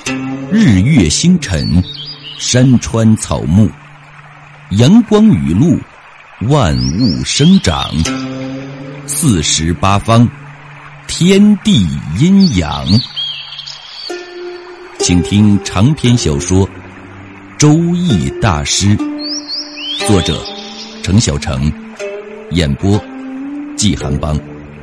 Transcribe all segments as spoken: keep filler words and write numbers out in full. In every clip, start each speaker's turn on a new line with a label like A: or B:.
A: 日月星辰，山川草木，阳光雨露，万物生长，四时八方，天地阴阳。请听长篇小说《周易大师》，作者程小成，演播季寒邦。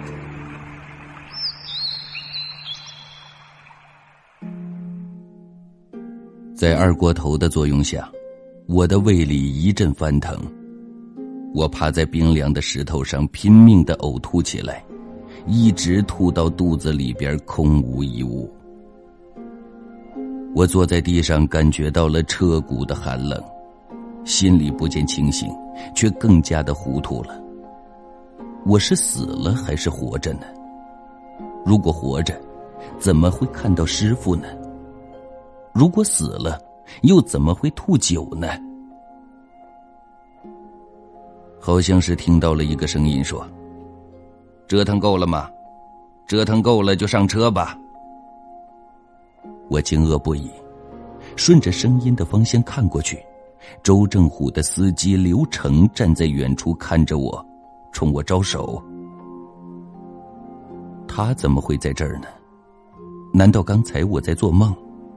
A: 在二锅头的作用下，我的胃里一阵翻腾，我趴在冰凉的石头上拼命地呕吐起来，一直吐到肚子里边空无一物。我坐在地上，感觉到了彻骨的寒冷，心里不见清醒，却更加的糊涂了。我是死了还是活着呢？如果活着，怎么会看到师父呢？如果死了，又怎么会吐酒呢？好像是听到了一个声音说：折腾够了吗？折腾够了就上车吧。我惊愕不已，顺着声音的方向看过去，周正虎的司机刘成站在远处看着我，冲我招手。他怎么会在这儿呢？难道刚才我在做梦？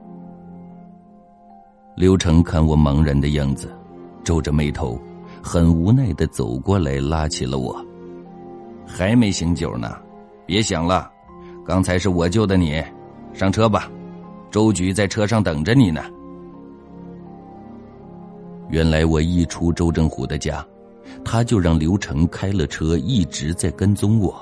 A: 刘成看我茫然的样子，皱着眉头，很无奈地走过来拉起了我。还没醒酒呢，别想了，刚才是我救的你，上车吧，周局在车上等着你呢。原来我一出周正虎的家，他就让刘成开了车，一直在跟踪我。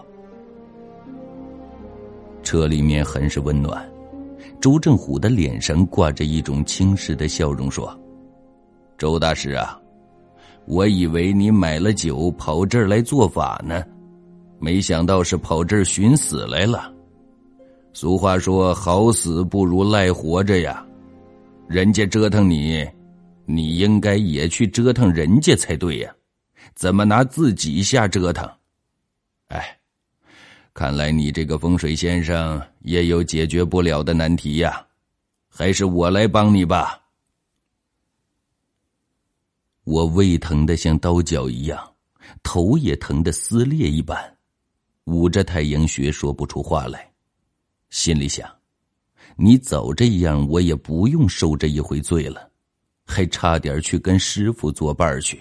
A: 车里面很是温暖，周正虎的脸上挂着一种轻视的笑容，说：周大师啊，我以为你买了酒跑这儿来做法呢，没想到是跑这儿寻死来了。俗话说，好死不如赖活着呀，人家折腾你，你应该也去折腾人家才对呀，怎么拿自己瞎折腾？哎，看来你这个风水先生也有解决不了的难题呀，还是我来帮你吧。我胃疼得像刀绞一样，头也疼得撕裂一般，捂着太阳穴说不出话来，心里想，你早这样我也不用受这一回罪了，还差点去跟师父作伴去。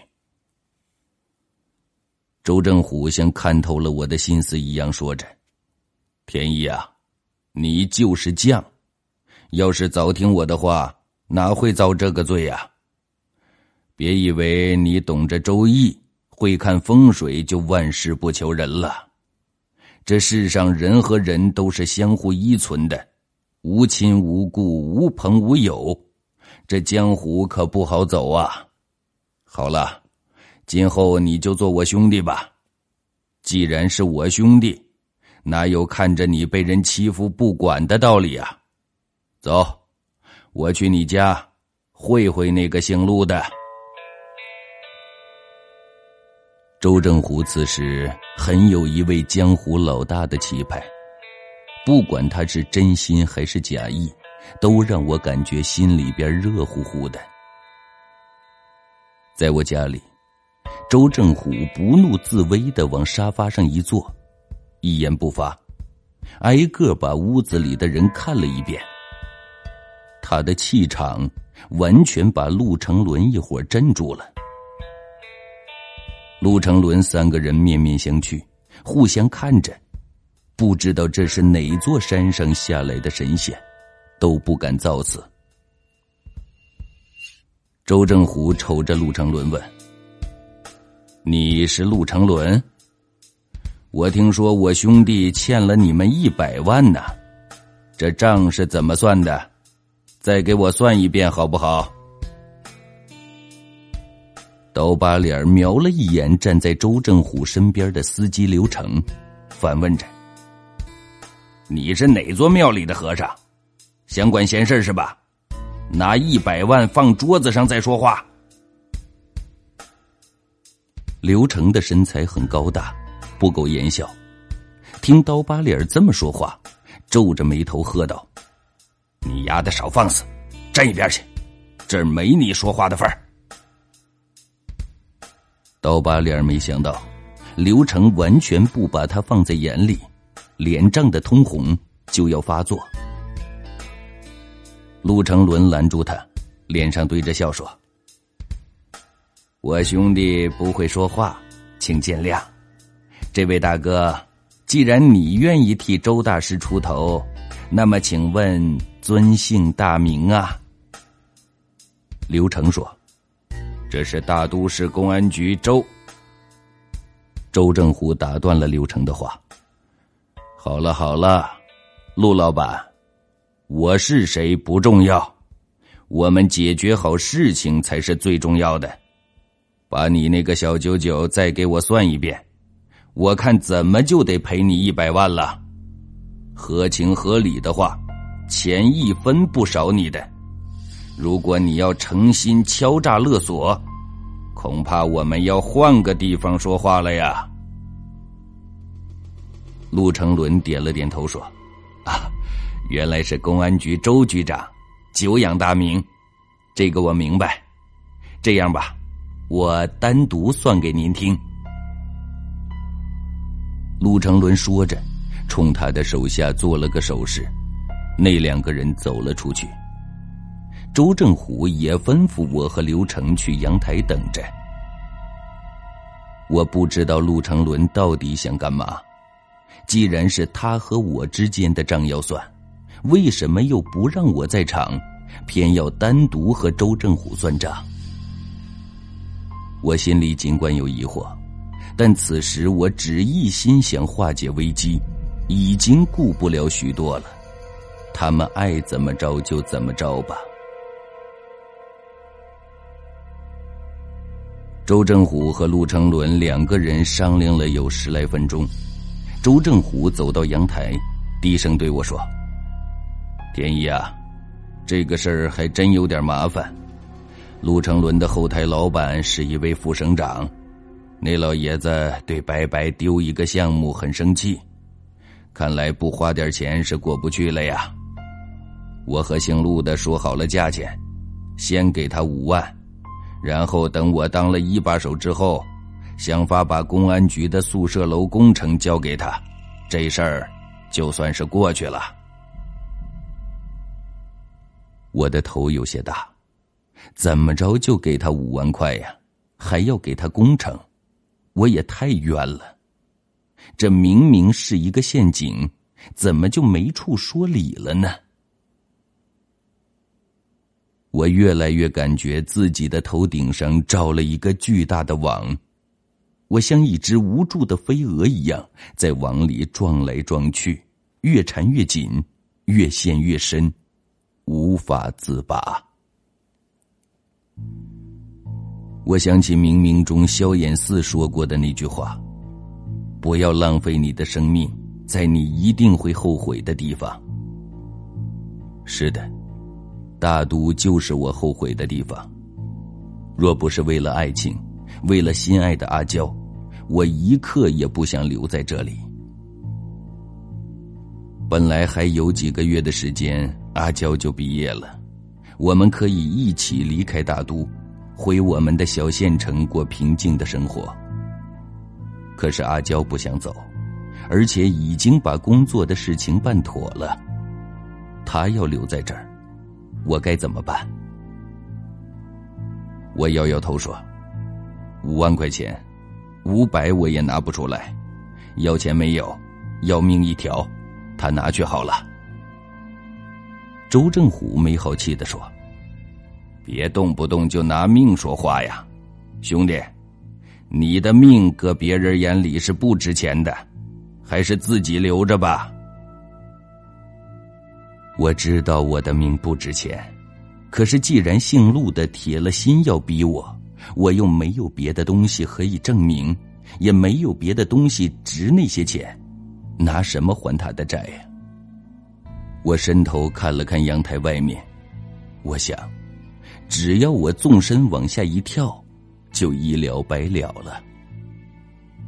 A: 周正虎像看透了我的心思一样说着：天一啊，你就是犟，要是早听我的话，哪会遭这个罪啊？别以为你懂着周易，会看风水就万事不求人了。这世上人和人都是相互依存的，无亲无故，无朋无友，这江湖可不好走啊。好了，今后你就做我兄弟吧。既然是我兄弟，哪有看着你被人欺负不管的道理啊？走，我去你家会会那个姓陆的。周正虎此时很有一位江湖老大的气派，不管他是真心还是假意，都让我感觉心里边热乎乎的。在我家里，周正虎不怒自威地往沙发上一坐，一言不发，挨个把屋子里的人看了一遍。他的气场完全把陆成伦一伙镇住了。陆成伦三个人面面相觑，互相看着，不知道这是哪座山上下来的神仙，都不敢造次。周正虎瞅着陆成伦问：你是陆成伦？我听说我兄弟欠了你们一百万呢，这账是怎么算的？再给我算一遍好不好？刀疤脸瞄了一眼站在周正虎身边的司机刘成，反问着：你是哪座庙里的和尚？想管闲事是吧？拿一百万放桌子上再说话。刘成的身材很高大，不苟言笑，听刀疤脸这么说话，皱着眉头喝道： 你丫的少放肆，站一边去，这儿没你说话的份儿。刀疤脸没想到刘成完全不把他放在眼里，脸涨得通红，就要发作。陆成伦拦住他，脸上对着笑说：我兄弟不会说话，请见谅。这位大哥，既然你愿意替周大师出头，那么请问尊姓大名啊？刘成说：这是大都市公安局周。周正虎打断了刘成的话：好了好了，陆老板，我是谁不重要，我们解决好事情才是最重要的。把你那个小九九再给我算一遍，我看怎么就得赔你一百万了。合情合理的话，钱一分不少你的。如果你要诚心敲诈勒索，恐怕我们要换个地方说话了呀。陆成伦点了点头说：啊，原来是公安局周局长，久仰大名，这个我明白。这样吧，我单独算给您听。陆成伦说着，冲他的手下做了个手势，那两个人走了出去。周正虎也吩咐我和刘成去阳台等着。我不知道陆成伦到底想干嘛，既然是他和我之间的账要算，为什么又不让我在场，偏要单独和周正虎算账？我心里尽管有疑惑，但此时我只一心想化解危机，已经顾不了许多了。他们爱怎么着就怎么着吧。周正虎和陆成伦两个人商量了有十来分钟，周正虎走到阳台，低声对我说：田一啊，这个事儿还真有点麻烦。陆成伦的后台老板是一位副省长，那老爷子对白白丢一个项目很生气，看来不花点钱是过不去了呀。我和姓陆的说好了价钱，先给他五万，然后等我当了一把手之后，想法把公安局的宿舍楼工程交给他，这事儿就算是过去了。我的头有些大，怎么着就给他五万块呀？还要给他工程，我也太冤了。这明明是一个陷阱，怎么就没处说理了呢？我越来越感觉自己的头顶上罩了一个巨大的网，我像一只无助的飞蛾一样，在网里撞来撞去，越缠越紧，越陷越深，无法自拔。我想起冥冥中萧衍寺说过的那句话：不要浪费你的生命在你一定会后悔的地方。是的，大都就是我后悔的地方。若不是为了爱情，为了心爱的阿娇，我一刻也不想留在这里。本来还有几个月的时间，阿娇就毕业了，我们可以一起离开大都，回我们的小县城过平静的生活。可是阿娇不想走，而且已经把工作的事情办妥了，她要留在这儿，我该怎么办？我摇摇头说：五万块钱，五百我也拿不出来，要钱没有，要命一条，他拿去好了。周正虎没好气地说：别动不动就拿命说话呀，兄弟，你的命搁别人眼里是不值钱的，还是自己留着吧。我知道我的命不值钱，可是既然姓陆的铁了心要逼我，我又没有别的东西可以证明，也没有别的东西值那些钱，拿什么还他的债呀？我伸头看了看阳台外面，我想只要我纵身往下一跳，就一了百了了。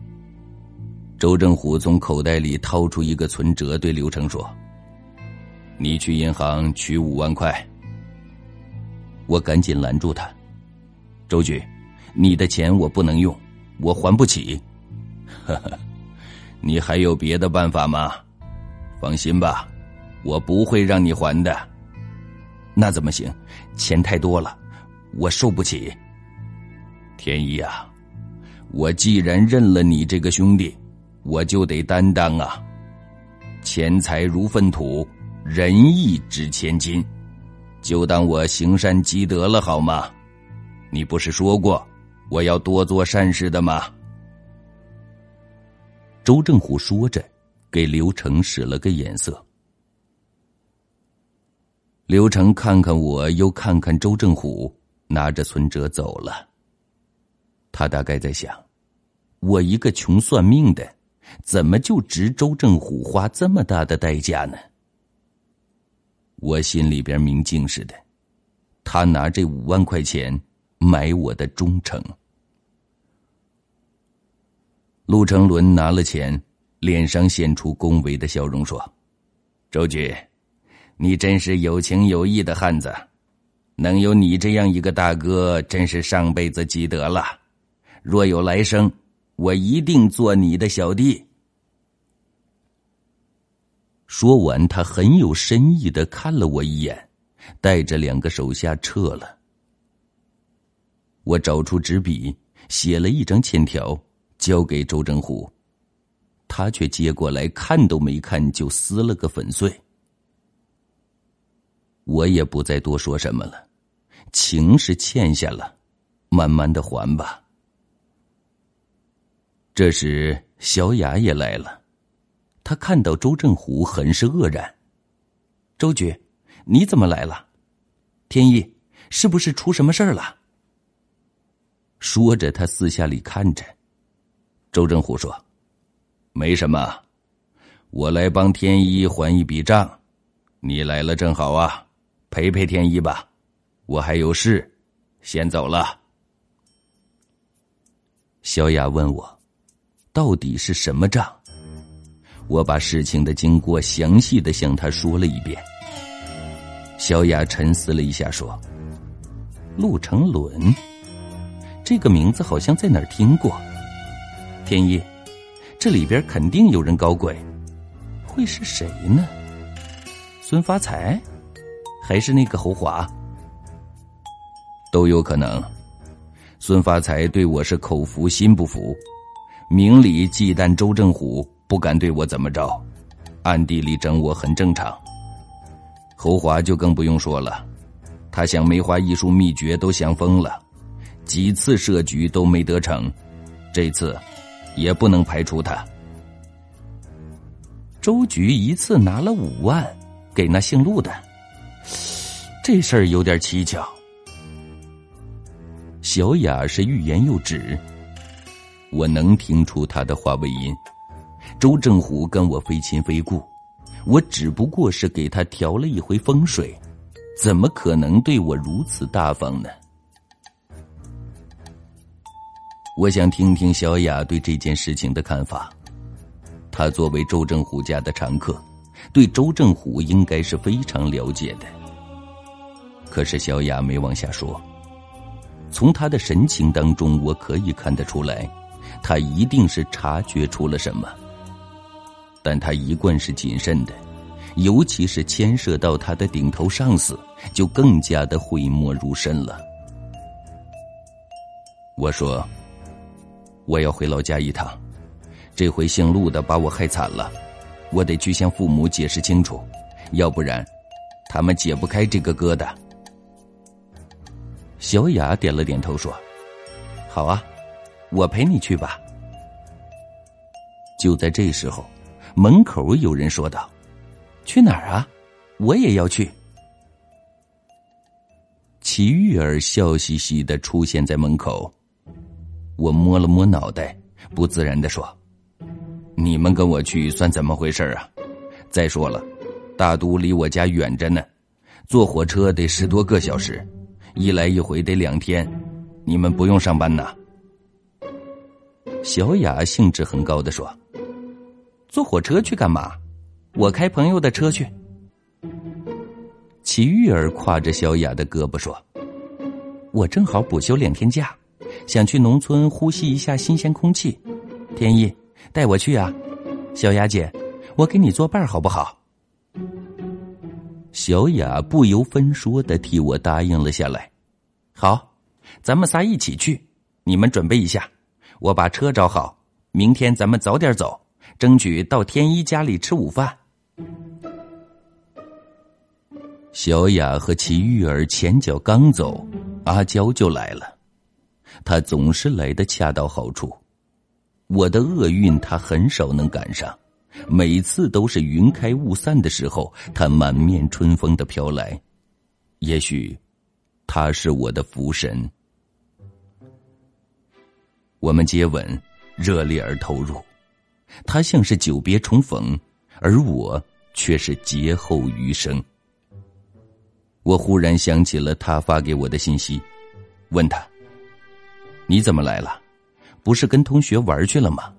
A: 周正虎从口袋里掏出一个存折，对刘成说： 你去银行取五万块。我赶紧拦住他，周局，你的钱我不能用，我还不起。呵呵，你还有别的办法吗？放心吧，我不会让你还的。那怎么行？钱太多了，我受不起。天一啊，我既然认了你这个兄弟，我就得担当啊。钱财如粪土，仁义值千金，就当我行善积德了好吗？你不是说过我要多做善事的吗？周正虎说着，给刘成使了个眼色。刘成看看我，又看看周正虎，拿着存折走了。他大概在想，我一个穷算命的，怎么就值周正虎花这么大的代价呢？我心里边明镜似的，他拿这五万块钱买我的忠诚。陆成伦拿了钱，脸上现出恭维的笑容，说：周局，你真是有情有义的汉子，能有你这样一个大哥，真是上辈子积德了。若有来生，我一定做你的小弟。说完，他很有深意地看了我一眼，带着两个手下撤了。我找出纸笔，写了一张欠条，交给周正虎，他却接过来看都没看就撕了个粉碎。我也不再多说什么了，情是欠下了，慢慢的还吧。这时小雅也来了，他看到周正虎很是愕然。周局，你怎么来了？天一，是不是出什么事儿了？说着他私下里看着。周正虎说：没什么，我来帮天一还一笔账，你来了正好啊，陪陪天一吧，我还有事，先走了。小雅问我，到底是什么账？我把事情的经过详细的向他说了一遍。小雅沉思了一下说：陆成伦，这个名字好像在哪儿听过。天一，这里边肯定有人搞鬼，会是谁呢？孙发财，还是那个侯华？都有可能。孙发财对我是口服心不服，明里忌惮周正虎，不敢对我怎么着，暗地里整我很正常。侯华就更不用说了，他想梅花易数秘诀都想疯了，几次设局都没得逞，这次也不能排除他。周局一次拿了五万给那姓陆的，这事儿有点蹊跷。小雅是欲言又止，我能听出她的话尾音。周正虎跟我非亲非故，我只不过是给他调了一回风水，怎么可能对我如此大方呢？我想听听小雅对这件事情的看法。她作为周正虎家的常客，对周正虎应该是非常了解的。可是小雅没往下说，从她的神情当中我可以看得出来，她一定是察觉出了什么。但她一贯是谨慎的，尤其是牵涉到她的顶头上司，就更加的讳莫如深了。我说，我要回老家一趟，这回姓陆的把我害惨了，我得去向父母解释清楚，要不然他们解不开这个疙瘩。小雅点了点头说：好啊，我陪你去吧。就在这时候，门口有人说道：去哪儿啊？我也要去。齐玉儿笑嘻嘻地出现在门口，我摸了摸脑袋，不自然地说：你们跟我去算怎么回事啊？再说了，大都离我家远着呢，坐火车得十多个小时，一来一回得两天，你们不用上班呐。小雅兴致很高地说：坐火车去干嘛？我开朋友的车去。 齐玉儿挎着小雅的胳膊说：“我正好补休两天假，想去农村呼吸一下新鲜空气。天一，带我去啊！小雅姐，我给你作伴好不好？”小雅不由分说地替我答应了下来。好，咱们仨一起去，你们准备一下，我把车找好，明天咱们早点走，争取到天一家里吃午饭。小雅和齐玉儿前脚刚走，阿娇就来了。她总是来得恰到好处，我的厄运她很少能赶上，每次都是云开雾散的时候，她满面春风的飘来。也许她是我的福神。我们接吻，热烈而投入，她像是久别重逢，而我却是劫后余生。我忽然想起了他发给我的信息，问他：“你怎么来了？不是跟同学玩去了吗？”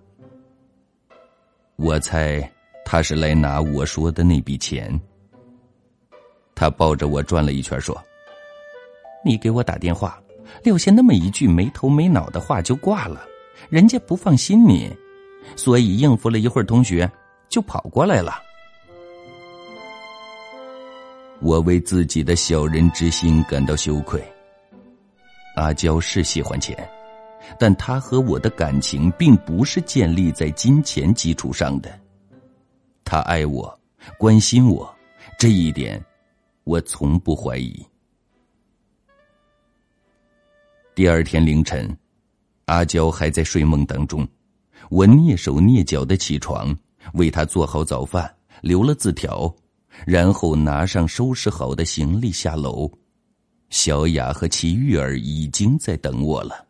A: 我猜他是来拿我说的那笔钱。他抱着我转了一圈说：“你给我打电话，留下那么一句没头没脑的话就挂了，人家不放心你，所以应付了一会儿同学就跑过来了。”我为自己的小人之心感到羞愧。阿娇是喜欢钱，但她和我的感情并不是建立在金钱基础上的。她爱我，关心我，这一点我从不怀疑。第二天凌晨，阿娇还在睡梦当中，我蹑手蹑脚地起床，为她做好早饭，留了字条，然后拿上收拾好的行李下楼。小雅和齐玉儿已经在等我了。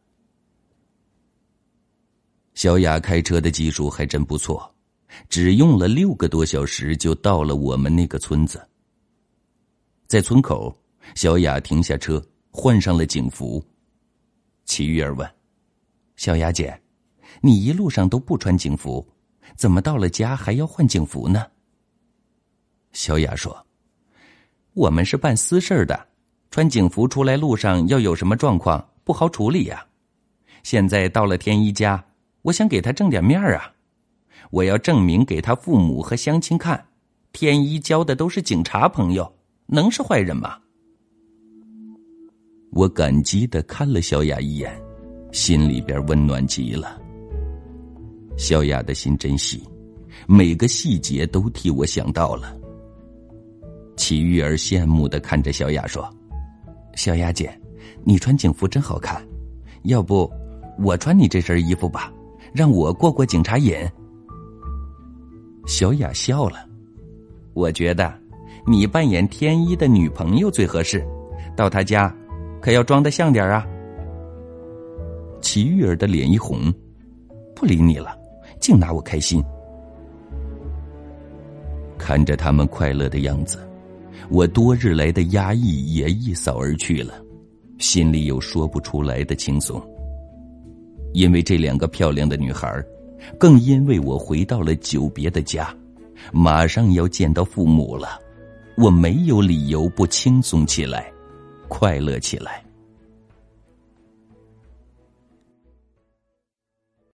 A: 小雅开车的技术还真不错，只用了六个多小时就到了我们那个村子。在村口，小雅停下车，换上了警服。齐玉儿问：“小雅姐，你一路上都不穿警服，怎么到了家还要换警服呢？”小雅说：“我们是办私事的，穿警服出来路上要有什么状况不好处理呀。现在到了天一家，我想给他挣点面啊，我要证明给他父母和乡亲看，天一交的都是警察朋友，能是坏人吗？”我感激地看了小雅一眼，心里边温暖极了。小雅的心真细，每个细节都替我想到了。齐玉儿羡慕地看着小雅说：“小雅姐，你穿警服真好看，要不我穿你这身衣服吧，让我过过警察瘾。”小雅笑了：“我觉得你扮演天一的女朋友最合适，到他家可要装得像点啊。”齐玉儿的脸一红：“不理你了，净拿我开心。”看着他们快乐的样子，我多日来的压抑也一扫而去了，心里有说不出来的轻松。因为这两个漂亮的女孩，更因为我回到了久别的家，马上要见到父母了，我没有理由不轻松起来，快乐起来。